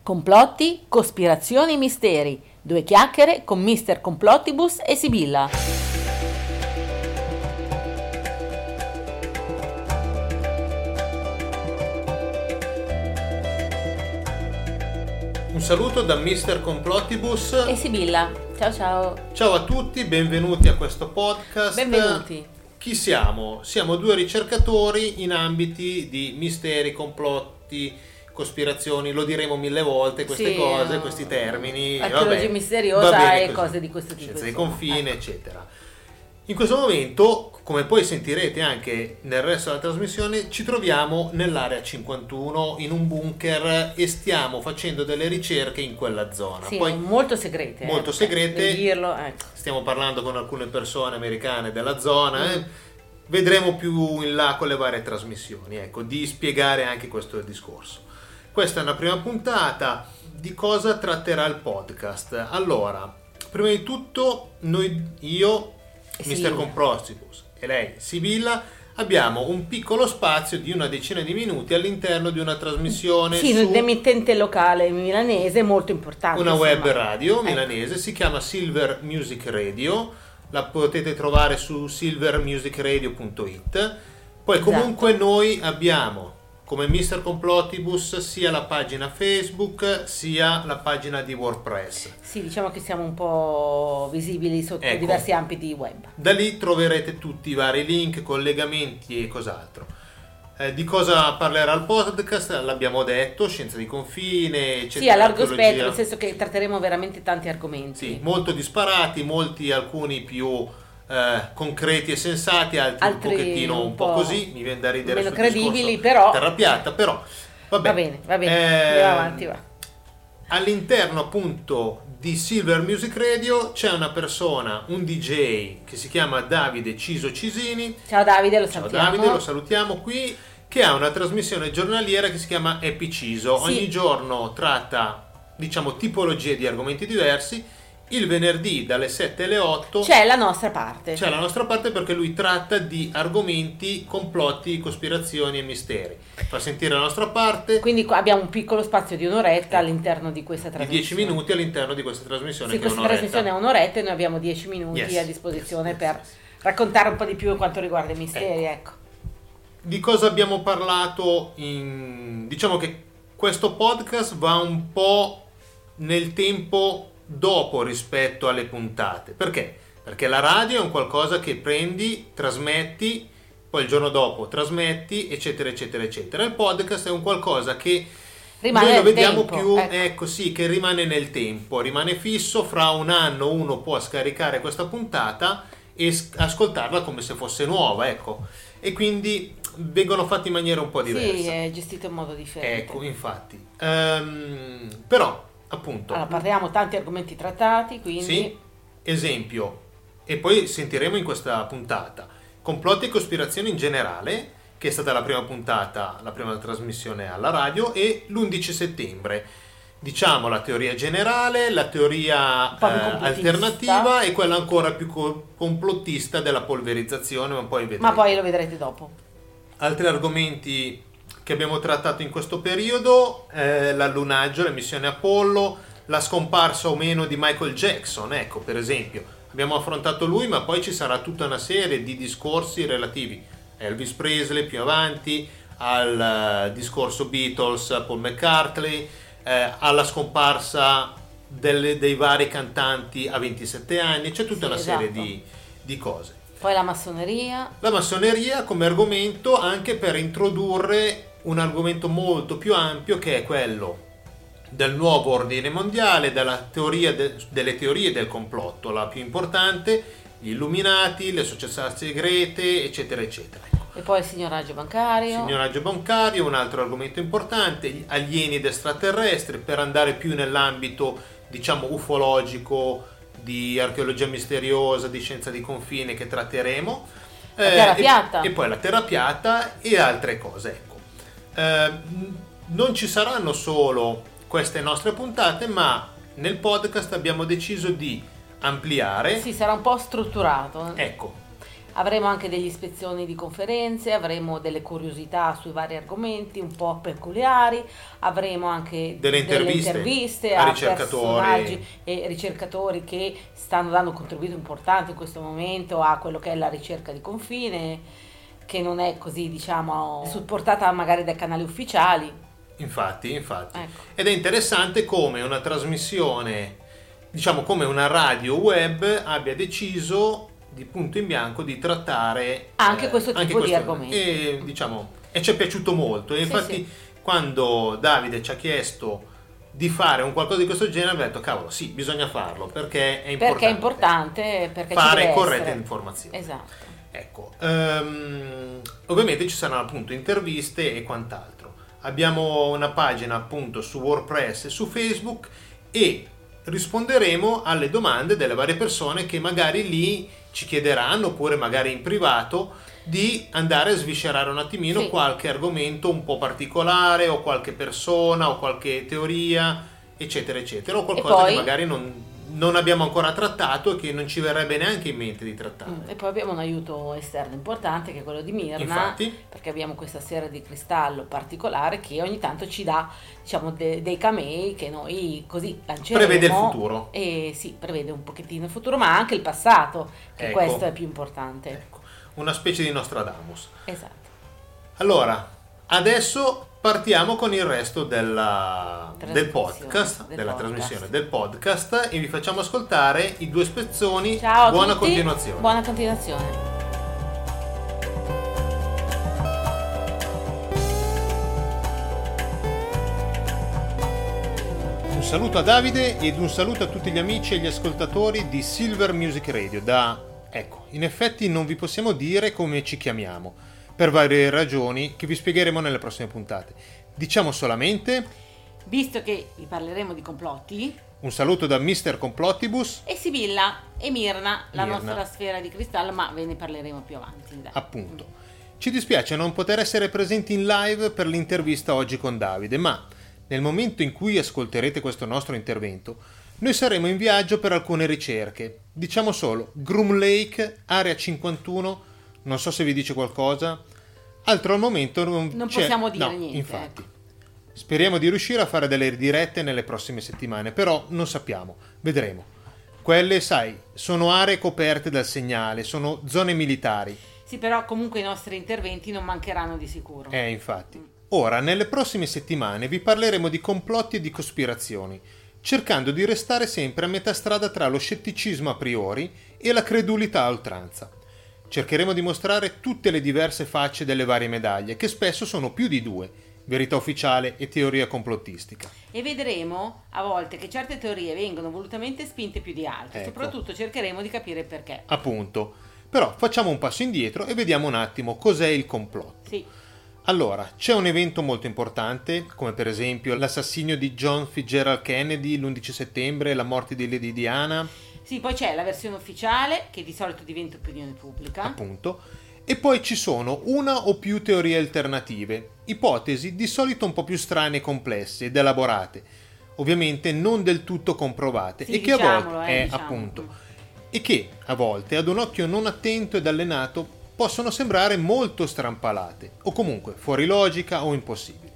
Complotti, cospirazioni e misteri. Due chiacchiere con Mr. Complottibus e Sibilla. Un saluto da Mr. Complottibus e Sibilla. Ciao ciao. Ciao a tutti, benvenuti a questo podcast. Benvenuti. Chi siamo? Siamo due ricercatori in ambiti di misteri, complotti, cospirazioni, lo diremo 1000 volte queste cose, questi termini, archeologia misteriosa e cose di questo tipo. Scienza di confine, eccetera. In questo momento, come poi sentirete anche nel resto della trasmissione, ci troviamo nell'area 51 in un bunker e stiamo facendo delle ricerche in quella zona. Sì, poi, molto segrete. Molto segrete. Per dirlo, ecco. Stiamo parlando con alcune persone americane della zona. Vedremo più in là con le varie trasmissioni, ecco, di spiegare anche questo discorso. Questa è una prima puntata. Di cosa tratterà il podcast? Allora, prima di tutto, io, Mr. Complottibus e lei, Sibilla, abbiamo un piccolo spazio di una decina di minuti all'interno di una trasmissione su un'emittente locale milanese molto importante. Una web radio milanese, si chiama Silver Music Radio, la potete trovare su silvermusicradio.it. Poi comunque noi abbiamo come Mr. Complottibus sia la pagina Facebook sia la pagina di WordPress. Sì, diciamo che siamo un po' visibili sotto diversi ambiti web. Da lì troverete tutti i vari link, collegamenti e cos'altro. Di cosa parlerà il podcast? L'abbiamo detto, scienza di confine, eccetera. Sì, a largo spettro, nel senso che tratteremo veramente tanti argomenti. Sì, molto disparati, alcuni più concreti e sensati, altri un pochettino un po' così, mi viene da ridere, meno credibili, però terra piatta, però va bene, andiamo avanti, va. All'interno appunto di Silver Music Radio c'è una persona, un DJ che si chiama Davide Ciso Cisini. Ciao Davide, lo salutiamo. Ciao Davide, lo salutiamo qui, che ha una trasmissione giornaliera che si chiama Happy Ciso. Sì. Ogni giorno tratta, diciamo, tipologie di argomenti diversi. Il venerdì dalle 7 alle 8 c'è la nostra parte. C'è la nostra parte perché lui tratta di argomenti, complotti, cospirazioni e misteri. Fa sentire la nostra parte. Quindi abbiamo un piccolo spazio di un'oretta all'interno di questa trasmissione. Di 10 minuti all'interno di questa trasmissione. Sì, questa trasmissione è un'oretta e noi abbiamo 10 minuti a disposizione per raccontare un po' di più quanto riguarda i misteri. Ecco. Di cosa abbiamo parlato? Diciamo che questo podcast va un po' nel tempo dopo rispetto alle puntate. Perché? Perché la radio è un qualcosa che prendi, trasmetti, poi il giorno dopo trasmetti, eccetera eccetera eccetera. Il podcast è un qualcosa che rimane noi lo vediamo tempo, più, ecco sì, che rimane nel tempo, rimane fisso. Fra un anno uno può scaricare questa puntata e ascoltarla come se fosse nuova, ecco. E quindi vengono fatti in maniera un po' diversa. Sì, è gestito in modo differente. Ecco, infatti. Però appunto, allora, parliamo tanti argomenti trattati, quindi sì, esempio, e poi sentiremo in questa puntata complotti e cospirazioni in generale, che è stata la prima puntata, la prima trasmissione alla radio, e l'11 settembre diciamo la teoria generale, la teoria alternativa e quella ancora piu complottista della polverizzazione, ma poi lo vedrete dopo. Altri argomenti che abbiamo trattato in questo periodo, l'allunaggio, la missione Apollo, la scomparsa o meno di Michael Jackson, ecco, per esempio. Abbiamo affrontato lui, ma poi ci sarà tutta una serie di discorsi relativi a Elvis Presley più avanti, al discorso Beatles, Paul McCartney, alla scomparsa dei vari cantanti a 27 anni, c'è tutta una serie di cose. Poi la massoneria. La massoneria come argomento, anche per introdurre un argomento molto più ampio, che è quello del nuovo ordine mondiale, della teoria delle teorie del complotto, la più importante, gli Illuminati, le società segrete, eccetera eccetera. E poi il signoraggio bancario. Signoraggio bancario, un altro argomento importante, gli alieni ed extraterrestri, per andare più nell'ambito, diciamo, ufologico, di archeologia misteriosa, di scienza di confine, che tratteremo, la terra piatta. E poi la terra piatta e altre cose, ecco. Non ci saranno solo queste nostre puntate, ma nel podcast abbiamo deciso di ampliare. Sì, sarà un po' strutturato. Ecco. Avremo anche delle ispezioni di conferenze, avremo delle curiosità sui vari argomenti un po' peculiari, avremo anche delle interviste a ricercatori. personaggi e ricercatori che stanno dando un contributo importante in questo momento a quello che è la ricerca di confine, che non è così, diciamo, supportata magari dai canali ufficiali. Infatti. Ecco. Ed è interessante come una trasmissione, diciamo come una radio web abbia deciso di punto in bianco di trattare anche questo tipo di argomenti. E ci è piaciuto molto. E infatti quando Davide ci ha chiesto di fare un qualcosa di questo genere, abbiamo detto cavolo, sì, bisogna farlo perché è importante. Perché è importante, perché fare corrette informazioni. Esatto. Ecco, ovviamente ci saranno appunto interviste e quant'altro. Abbiamo una pagina appunto su WordPress e su Facebook e risponderemo alle domande delle varie persone che magari lì ci chiederanno, oppure magari in privato, di andare a sviscerare un attimino qualche argomento un po' particolare, o qualche persona, o qualche teoria, eccetera, eccetera, o qualcosa che magari non abbiamo ancora trattato e che non ci verrebbe neanche in mente di trattare. E poi abbiamo un aiuto esterno importante che è quello di Mirna. Infatti. Perché abbiamo questa sfera di cristallo particolare che ogni tanto ci dà, diciamo, dei camei che noi così lanceremo. Prevede il futuro. E sì, prevede un pochettino il futuro, ma anche il passato, che questo è più importante. Ecco, una specie di Nostradamus. Esatto. Allora, adesso partiamo con il resto del podcast, della trasmissione del podcast, e vi facciamo ascoltare i 2 spezzoni. Ciao buona a tutti. Continuazione. Buona continuazione. Un saluto a Davide ed un saluto a tutti gli amici e gli ascoltatori di Silver Music Radio. In effetti non vi possiamo dire come ci chiamiamo, per varie ragioni che vi spiegheremo nelle prossime puntate. Diciamo solamente, visto che vi parleremo di complotti, un saluto da Mr. Complottibus e Sibilla e Mirna, la nostra sfera di cristallo, ma ve ne parleremo più avanti. Dai. Appunto. Ci dispiace non poter essere presenti in live per l'intervista oggi con Davide, ma nel momento in cui ascolterete questo nostro intervento, noi saremo in viaggio per alcune ricerche. Diciamo solo Groom Lake, Area 51, non so se vi dice qualcosa. Altro al momento non possiamo dire niente. Infatti. Speriamo di riuscire a fare delle dirette nelle prossime settimane, però non sappiamo, vedremo. Quelle, sai, sono aree coperte dal segnale, sono zone militari. Sì, però comunque i nostri interventi non mancheranno di sicuro. Infatti. Ora, nelle prossime settimane vi parleremo di complotti e di cospirazioni, cercando di restare sempre a metà strada tra lo scetticismo a priori e la credulità a oltranza. Cercheremo di mostrare tutte le diverse facce delle varie medaglie, che spesso sono più di 2, verità ufficiale e teoria complottistica. E vedremo a volte che certe teorie vengono volutamente spinte più di altre, soprattutto cercheremo di capire perché. Appunto. Però facciamo un passo indietro e vediamo un attimo cos'è il complotto. Sì. Allora, c'è un evento molto importante, come per esempio l'assassinio di John Fitzgerald Kennedy l'11 settembre, la morte di Lady Diana. Sì, poi c'è la versione ufficiale, che di solito diventa opinione pubblica. Appunto. E poi ci sono una o più teorie alternative, ipotesi di solito un po' più strane e complesse ed elaborate, ovviamente non del tutto comprovate, sì, e che a volte diciamo. E che a volte ad un occhio non attento ed allenato possono sembrare molto strampalate, o comunque fuori logica o impossibili.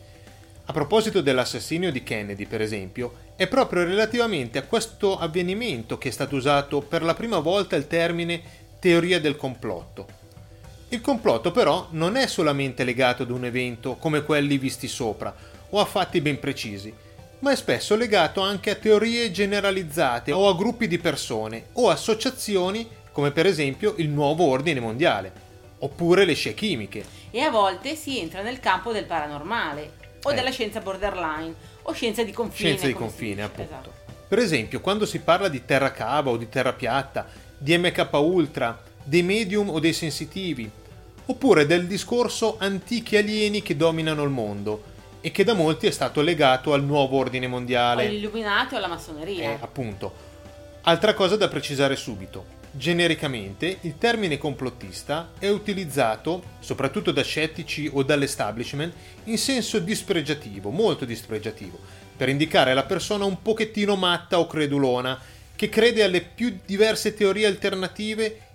A proposito dell'assassinio di Kennedy, per esempio, è proprio relativamente a questo avvenimento che è stato usato per la prima volta il termine teoria del complotto. Il complotto però non è solamente legato ad un evento come quelli visti sopra o a fatti ben precisi, ma è spesso legato anche a teorie generalizzate o a gruppi di persone o associazioni come per esempio il nuovo ordine mondiale, oppure le scie chimiche. E a volte si entra nel campo del paranormale, o della scienza borderline, o scienza di confine. Scienza di confine, appunto. Esatto. Per esempio, quando si parla di terra cava o di terra piatta, di MK Ultra, dei medium o dei sensitivi, oppure del discorso antichi alieni che dominano il mondo, e che da molti è stato legato al nuovo ordine mondiale. O agli illuminati o alla massoneria. Appunto. Altra cosa da precisare subito. Genericamente, il termine complottista è utilizzato, soprattutto da scettici o dall'establishment, in senso dispregiativo, molto dispregiativo, per indicare la persona un pochettino matta o credulona, che crede alle più diverse teorie alternative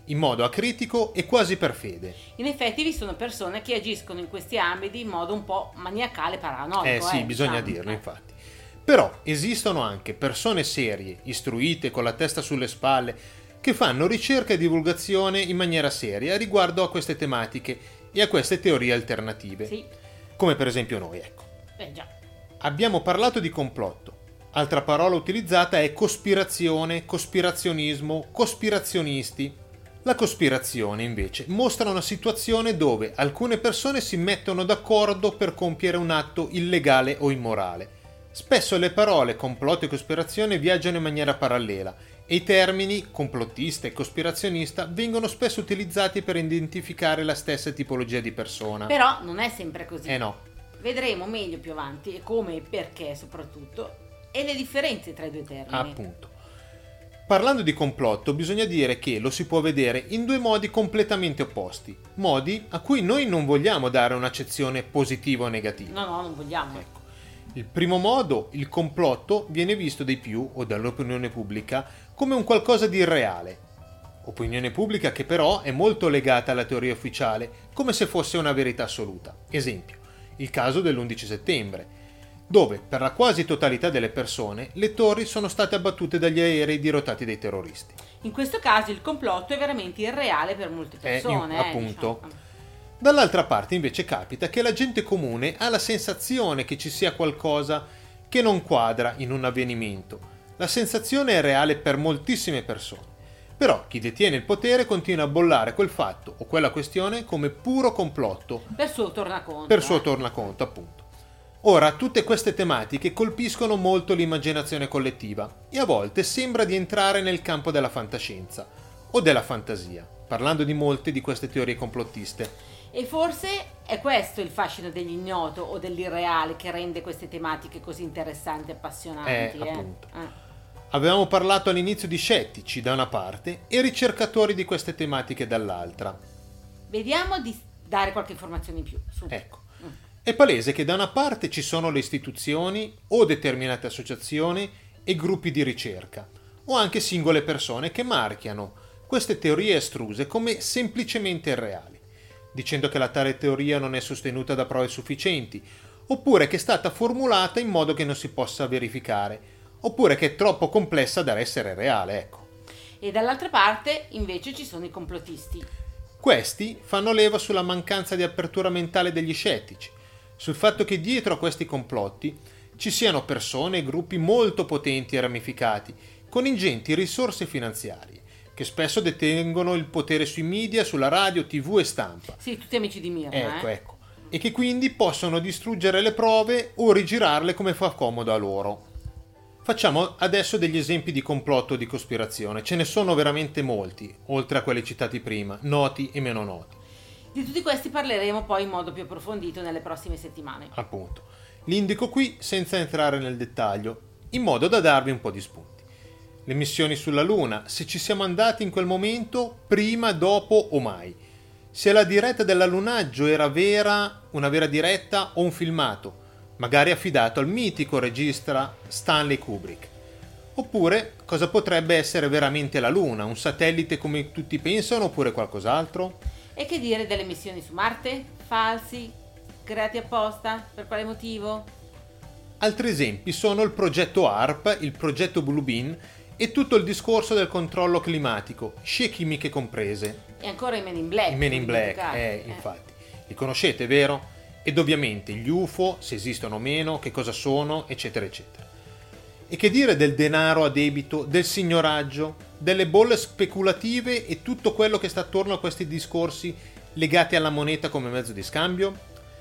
in modo acritico e quasi per fede. In effetti vi sono persone che agiscono in questi ambiti in modo un po' maniacale, paranoico. Sì, bisogna dirlo, infatti. Però esistono anche persone serie, istruite, con la testa sulle spalle, che fanno ricerca e divulgazione in maniera seria riguardo a queste tematiche e a queste teorie alternative. Sì. Come per esempio noi, ecco. Già. Abbiamo parlato di complotto. Altra parola utilizzata è cospirazione, cospirazionismo, cospirazionisti. La cospirazione, invece, mostra una situazione dove alcune persone si mettono d'accordo per compiere un atto illegale o immorale. Spesso le parole complotto e cospirazione viaggiano in maniera parallela e i termini complottista e cospirazionista vengono spesso utilizzati per identificare la stessa tipologia di persona. Però non è sempre così. No. Vedremo meglio più avanti e come e perché soprattutto e le differenze tra i due termini. Appunto. Parlando di complotto, bisogna dire che lo si può vedere in due modi completamente opposti, modi a cui noi non vogliamo dare un'accezione positiva o negativa. No, non vogliamo. Ecco. Il primo modo, il complotto, viene visto dai più o dall'opinione pubblica come un qualcosa di irreale. Opinione pubblica che però è molto legata alla teoria ufficiale, come se fosse una verità assoluta. Esempio, il caso dell'11 settembre, dove per la quasi totalità delle persone le torri sono state abbattute dagli aerei dirotati dai terroristi. In questo caso il complotto è veramente irreale per molte persone. Appunto. Diciamo. Dall'altra parte invece capita che la gente comune ha la sensazione che ci sia qualcosa che non quadra in un avvenimento. La sensazione è reale per moltissime persone. Però chi detiene il potere continua a bollare quel fatto o quella questione come puro complotto. Per suo tornaconto. Per suo tornaconto, appunto. Ora, tutte queste tematiche colpiscono molto l'immaginazione collettiva e a volte sembra di entrare nel campo della fantascienza o della fantasia, parlando di molte di queste teorie complottiste. E forse è questo il fascino dell'ignoto o dell'irreale che rende queste tematiche così interessanti e appassionanti. Appunto. Avevamo parlato all'inizio di scettici da una parte e ricercatori di queste tematiche dall'altra. Vediamo di dare qualche informazione in più. Su. Ecco. È palese che da una parte ci sono le istituzioni o determinate associazioni e gruppi di ricerca, o anche singole persone che marchiano queste teorie astruse come semplicemente irreali, dicendo che la tale teoria non è sostenuta da prove sufficienti, oppure che è stata formulata in modo che non si possa verificare, oppure che è troppo complessa da essere reale, ecco. E dall'altra parte invece ci sono i complottisti. Questi fanno leva sulla mancanza di apertura mentale degli scettici, sul fatto che dietro a questi complotti ci siano persone e gruppi molto potenti e ramificati, con ingenti risorse finanziarie, che spesso detengono il potere sui media, sulla radio, TV e stampa. Sì, tutti amici di Mirna. Ecco. E che quindi possono distruggere le prove o rigirarle come fa comodo a loro. Facciamo adesso degli esempi di complotto o di cospirazione. Ce ne sono veramente molti, oltre a quelli citati prima, noti e meno noti. Di tutti questi parleremo poi in modo più approfondito nelle prossime settimane. Appunto. Li indico qui senza entrare nel dettaglio, in modo da darvi un po' di spunti. Le missioni sulla Luna, se ci siamo andati in quel momento, prima, dopo o mai. Se la diretta dell'allunaggio era una vera diretta o un filmato, magari affidato al mitico regista Stanley Kubrick. Oppure, cosa potrebbe essere veramente la Luna? Un satellite come tutti pensano oppure qualcos'altro? E che dire delle missioni su Marte? Falsi? Creati apposta? Per quale motivo? Altri esempi sono il progetto HARP, il progetto Blue Beam e tutto il discorso del controllo climatico, scie chimiche comprese. E ancora i Men in Black. I Men in Black, infatti. Li conoscete, vero? Ed ovviamente gli UFO, se esistono o meno, che cosa sono, eccetera, eccetera. E che dire del denaro a debito, del signoraggio, delle bolle speculative e tutto quello che sta attorno a questi discorsi legati alla moneta come mezzo di scambio?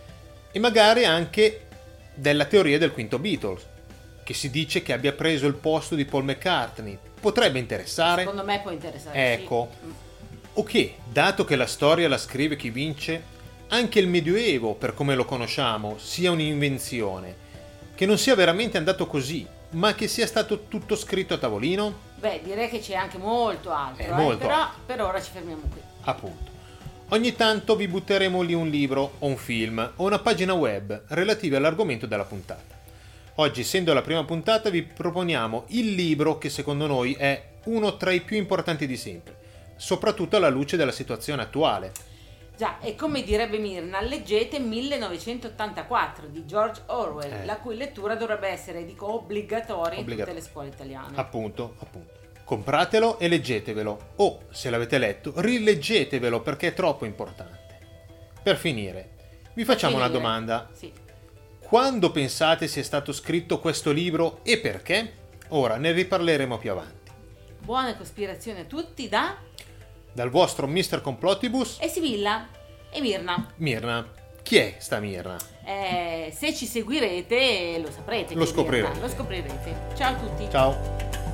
E magari anche della teoria del quinto Beatles, che si dice che abbia preso il posto di Paul McCartney. Potrebbe interessare? Secondo me può interessare, ecco. Sì. O che, dato che la storia la scrive chi vince, anche il Medioevo, per come lo conosciamo, sia un'invenzione, che non sia veramente andato così, ma che sia stato tutto scritto a tavolino? Beh, direi che c'è anche molto altro, molto però altro. Per ora ci fermiamo qui. Appunto. Ogni tanto vi butteremo lì un libro o un film o una pagina web relative all'argomento della puntata. Oggi, essendo la prima puntata, vi proponiamo il libro che secondo noi è uno tra i più importanti di sempre, soprattutto alla luce della situazione attuale. Già, e come direbbe Mirna, leggete 1984 di George Orwell, la cui lettura dovrebbe essere, dico, obbligatoria in tutte le scuole italiane. Appunto. Compratelo e leggetevelo, o, se l'avete letto, rileggetevelo perché è troppo importante. Per finire, vi facciamo una domanda. Sì. Quando pensate sia stato scritto questo libro e perché? Ora ne riparleremo più avanti. Buona cospirazione a tutti dal vostro Mr. Complotibus e Sibilla e Mirna. Mirna. Chi è sta Mirna? Se ci seguirete lo saprete. Lo scoprirete. Lo scoprirete. Ciao a tutti. Ciao.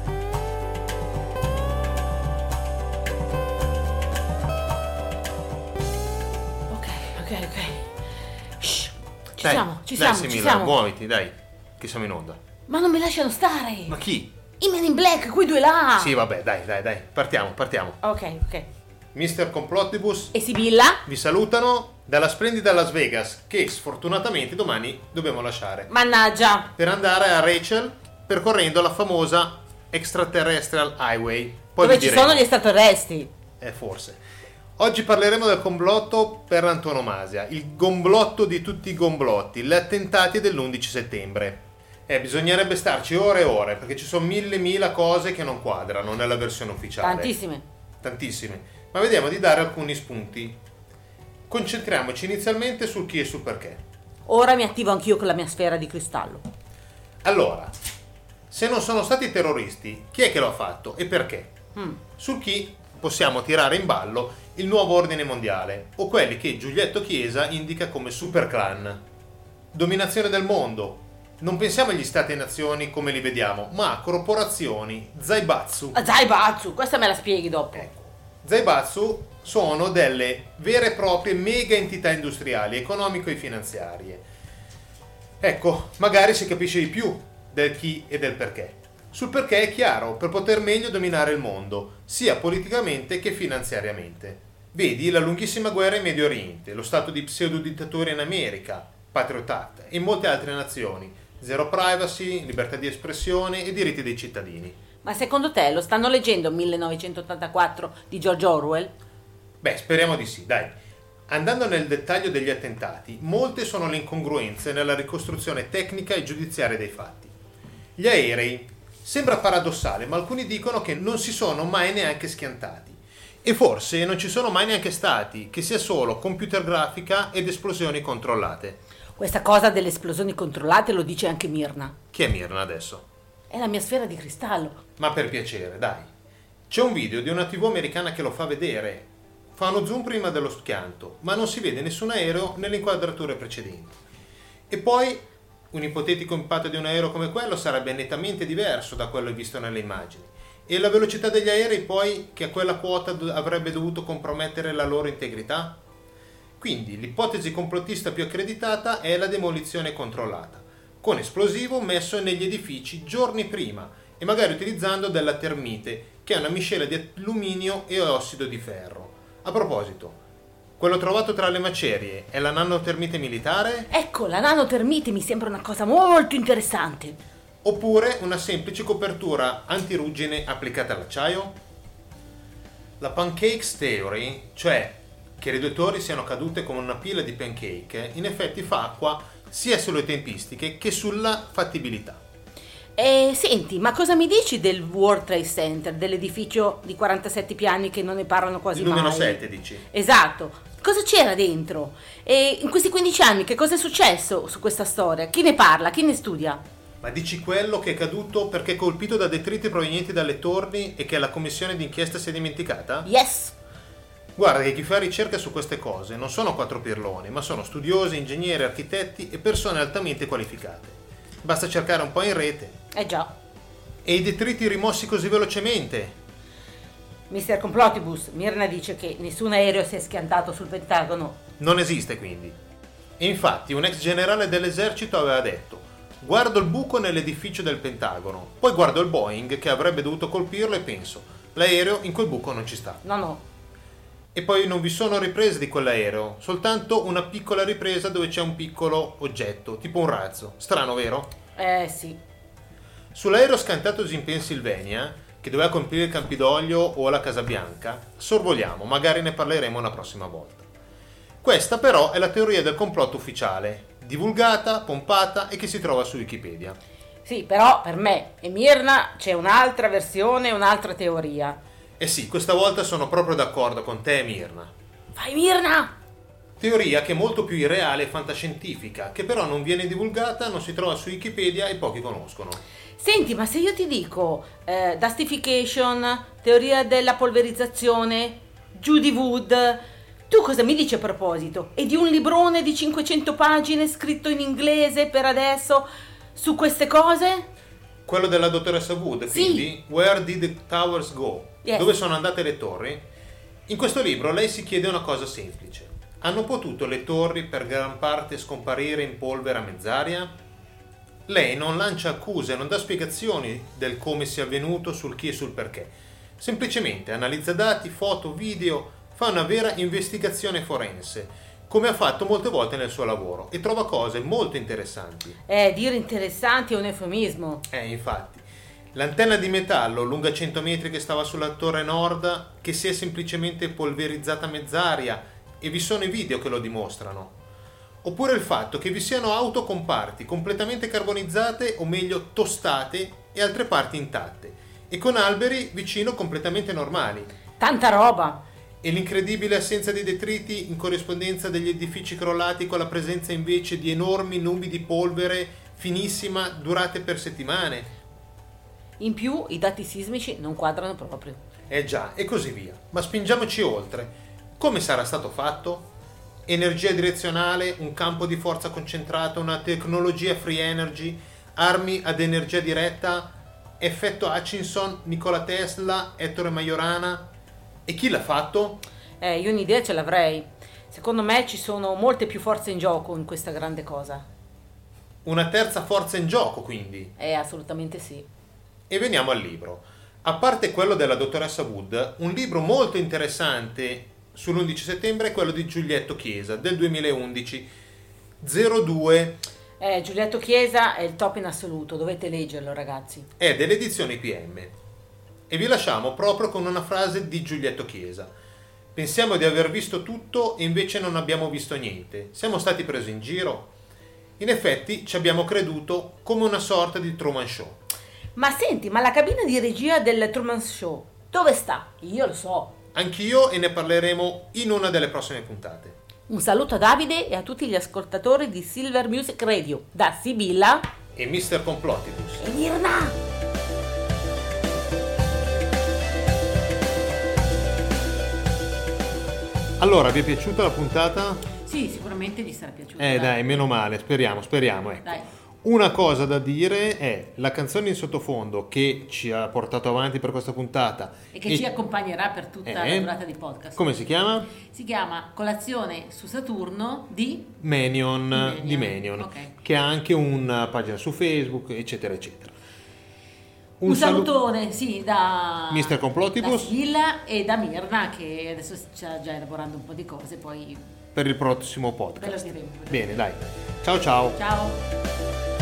Ok. Shh. Ci Dai, siamo. muoviti, dai, che siamo in onda. Ma non mi lasciano stare. Ma chi? I Men in Black, quei due là. Sì, vabbè, dai. Partiamo. Ok. Mr. Complotibus e Sibilla vi salutano dalla splendida Las Vegas, che sfortunatamente domani dobbiamo lasciare. Mannaggia. Per andare a Rachel, percorrendo la famosa Extraterrestrial Highway. Poi dove ci sono gli extraterrestri. Forse. Oggi parleremo del complotto per antonomasia, il gomblotto di tutti i gomblotti, gli attentati dell'11 settembre. Bisognerebbe starci ore e ore, perché ci sono mille cose che non quadrano nella versione ufficiale. Tantissime. Ma vediamo di dare alcuni spunti. Concentriamoci inizialmente sul chi e sul perché. Ora mi attivo anch'io con la mia sfera di cristallo. Allora, se non sono stati terroristi, chi è che lo ha fatto e perché? Sul chi possiamo tirare in ballo il nuovo ordine mondiale, o quelli che Giulietto Chiesa indica come super clan. Dominazione del mondo. Non pensiamo agli stati e nazioni come li vediamo, ma a corporazioni, zaibatsu. Zaibatsu, questa me la spieghi dopo. Ecco. Zaibatsu sono delle vere e proprie mega entità industriali, economico e finanziarie. Ecco, magari si capisce di più del chi e del perché. Sul perché è chiaro, per poter meglio dominare il mondo, sia politicamente che finanziariamente. Vedi la lunghissima guerra in Medio Oriente, lo stato di pseudo-dittatura in America, Patriot Act e in molte altre nazioni, zero privacy, libertà di espressione e diritti dei cittadini. Ma secondo te lo stanno leggendo 1984 di George Orwell? Beh, speriamo di sì, dai. Andando nel dettaglio degli attentati, molte sono le incongruenze nella ricostruzione tecnica e giudiziaria dei fatti. Gli aerei, sembra paradossale, ma alcuni dicono che non si sono mai neanche schiantati. E forse non ci sono mai neanche stati, che sia solo computer grafica ed esplosioni controllate. Questa cosa delle esplosioni controllate lo dice anche Mirna. Chi è Mirna adesso? È la mia sfera di cristallo. Ma per piacere, dai. C'è un video di una TV americana che lo fa vedere. Fa uno zoom prima dello schianto, ma non si vede nessun aereo nelle inquadrature precedenti. E poi un ipotetico impatto di un aereo come quello sarebbe nettamente diverso da quello visto nelle immagini. E la velocità degli aerei poi, che a quella quota avrebbe dovuto compromettere la loro integrità? Quindi l'ipotesi complottista più accreditata è la demolizione controllata, con esplosivo messo negli edifici giorni prima e magari utilizzando della termite, che è una miscela di alluminio e ossido di ferro. A proposito, quello trovato tra le macerie è la nanotermite militare? Ecco, la nanotermite mi sembra una cosa molto interessante. Oppure una semplice copertura antiruggine applicata all'acciaio? La pancakes theory, cioè che le due torri siano cadute come una pila di pancake, in effetti fa acqua sia sulle tempistiche che sulla fattibilità. Senti, ma cosa mi dici del World Trade Center, dell'edificio di 47 piani che non ne parlano quasi mai? Il numero 7, dici? Esatto. Cosa c'era dentro? E in questi 15 anni che cosa è successo su questa storia? Chi ne parla? Chi ne studia? Ma dici quello che è caduto perché è colpito da detriti provenienti dalle torri e che la commissione d'inchiesta si è dimenticata? Yes! Guarda che chi fa ricerca su queste cose non sono quattro pirloni, ma sono studiosi, ingegneri, architetti e persone altamente qualificate. Basta cercare un po' in rete. Già. E i detriti rimossi così velocemente? Mr. Complotibus, Mirna dice che nessun aereo si è schiantato sul Pentagono. Non esiste quindi. E infatti un ex generale dell'esercito aveva detto: guardo il buco nell'edificio del Pentagono, poi guardo il Boeing che avrebbe dovuto colpirlo e penso, l'aereo in quel buco non ci sta. No. E poi non vi sono riprese di quell'aereo, soltanto una piccola ripresa dove c'è un piccolo oggetto, tipo un razzo. Strano, vero? Sì. Sull'aereo schiantatosi in Pennsylvania che doveva colpire il Campidoglio o la Casa Bianca, sorvoliamo, magari ne parleremo una prossima volta. Questa però è la teoria del complotto ufficiale, divulgata, pompata e che si trova su Wikipedia. Sì, però per me e Mirna c'è un'altra versione, un'altra teoria. Eh sì, questa volta sono proprio d'accordo con te, Mirna. Vai Mirna! Teoria che è molto più irreale e fantascientifica, che però non viene divulgata, non si trova su Wikipedia e pochi conoscono. Senti, ma se io ti dico dustification, teoria della polverizzazione, Judy Wood, tu cosa mi dici a proposito? E di un librone di 500 pagine scritto in inglese per adesso su queste cose? Quello della dottoressa Wood, quindi? Sì. Where did the towers go? Yes. Dove sono andate le torri? In questo libro lei si chiede una cosa semplice. Hanno potuto le torri per gran parte scomparire in polvere a mezz'aria? Lei non lancia accuse, non dà spiegazioni del come sia avvenuto, sul chi e sul perché. Semplicemente analizza dati, foto, video, fa una vera investigazione forense, come ha fatto molte volte nel suo lavoro, e trova cose molto interessanti. Dire interessanti è un eufemismo. Infatti. L'antenna di metallo lunga 100 metri che stava sulla torre nord, che si è semplicemente polverizzata a mezz'aria, e vi sono i video che lo dimostrano. Oppure il fatto che vi siano auto con parti completamente carbonizzate, o meglio tostate, e altre parti intatte, e con alberi vicino completamente normali. Tanta roba! E l'incredibile assenza di detriti in corrispondenza degli edifici crollati, con la presenza invece di enormi nubi di polvere finissima durate per settimane. In più i dati sismici non quadrano proprio. Già, e così via. Ma spingiamoci oltre. Come sarà stato fatto? Energia direzionale, un campo di forza concentrato, una tecnologia free energy, armi ad energia diretta, effetto Hutchinson, Nikola Tesla, Ettore Majorana. E chi l'ha fatto? Io un'idea ce l'avrei. Secondo me ci sono molte più forze in gioco in questa grande cosa. Una terza forza in gioco, quindi? Assolutamente sì. E veniamo al libro. A parte quello della dottoressa Wood, un libro molto interessante sull'11 settembre è quello di Giulietto Chiesa del 2011, 02. Giulietto Chiesa è il top in assoluto, dovete leggerlo ragazzi. È delle edizioni PM. E vi lasciamo proprio con una frase di Giulietto Chiesa. Pensiamo di aver visto tutto e invece non abbiamo visto niente. Siamo stati presi in giro? In effetti ci abbiamo creduto come una sorta di Truman Show. Ma senti, ma la cabina di regia del Truman Show dove sta? Io lo so. Anch'io, e ne parleremo in una delle prossime puntate. Un saluto a Davide e a tutti gli ascoltatori di Silver Music Radio, da Sibilla e Mr. Complotibus e Mirna. Allora, vi è piaciuta la puntata? Sì, sicuramente vi sarà piaciuta. Dai, meno male, speriamo, ecco. Dai. Una cosa da dire è la canzone in sottofondo che ci ha portato avanti per questa puntata e che ci accompagnerà per tutta la durata di podcast. Come si chiama? Si chiama Colazione su Saturno di Menion, okay. Che ha anche una pagina su Facebook, eccetera eccetera. Un salutone, sì, da Mr. Complotibus, da Sibilla e da Mirna, che adesso sta già elaborando un po' di cose, poi per il prossimo podcast. Ve lo diremo. Bene, dai. Ciao ciao. Ciao.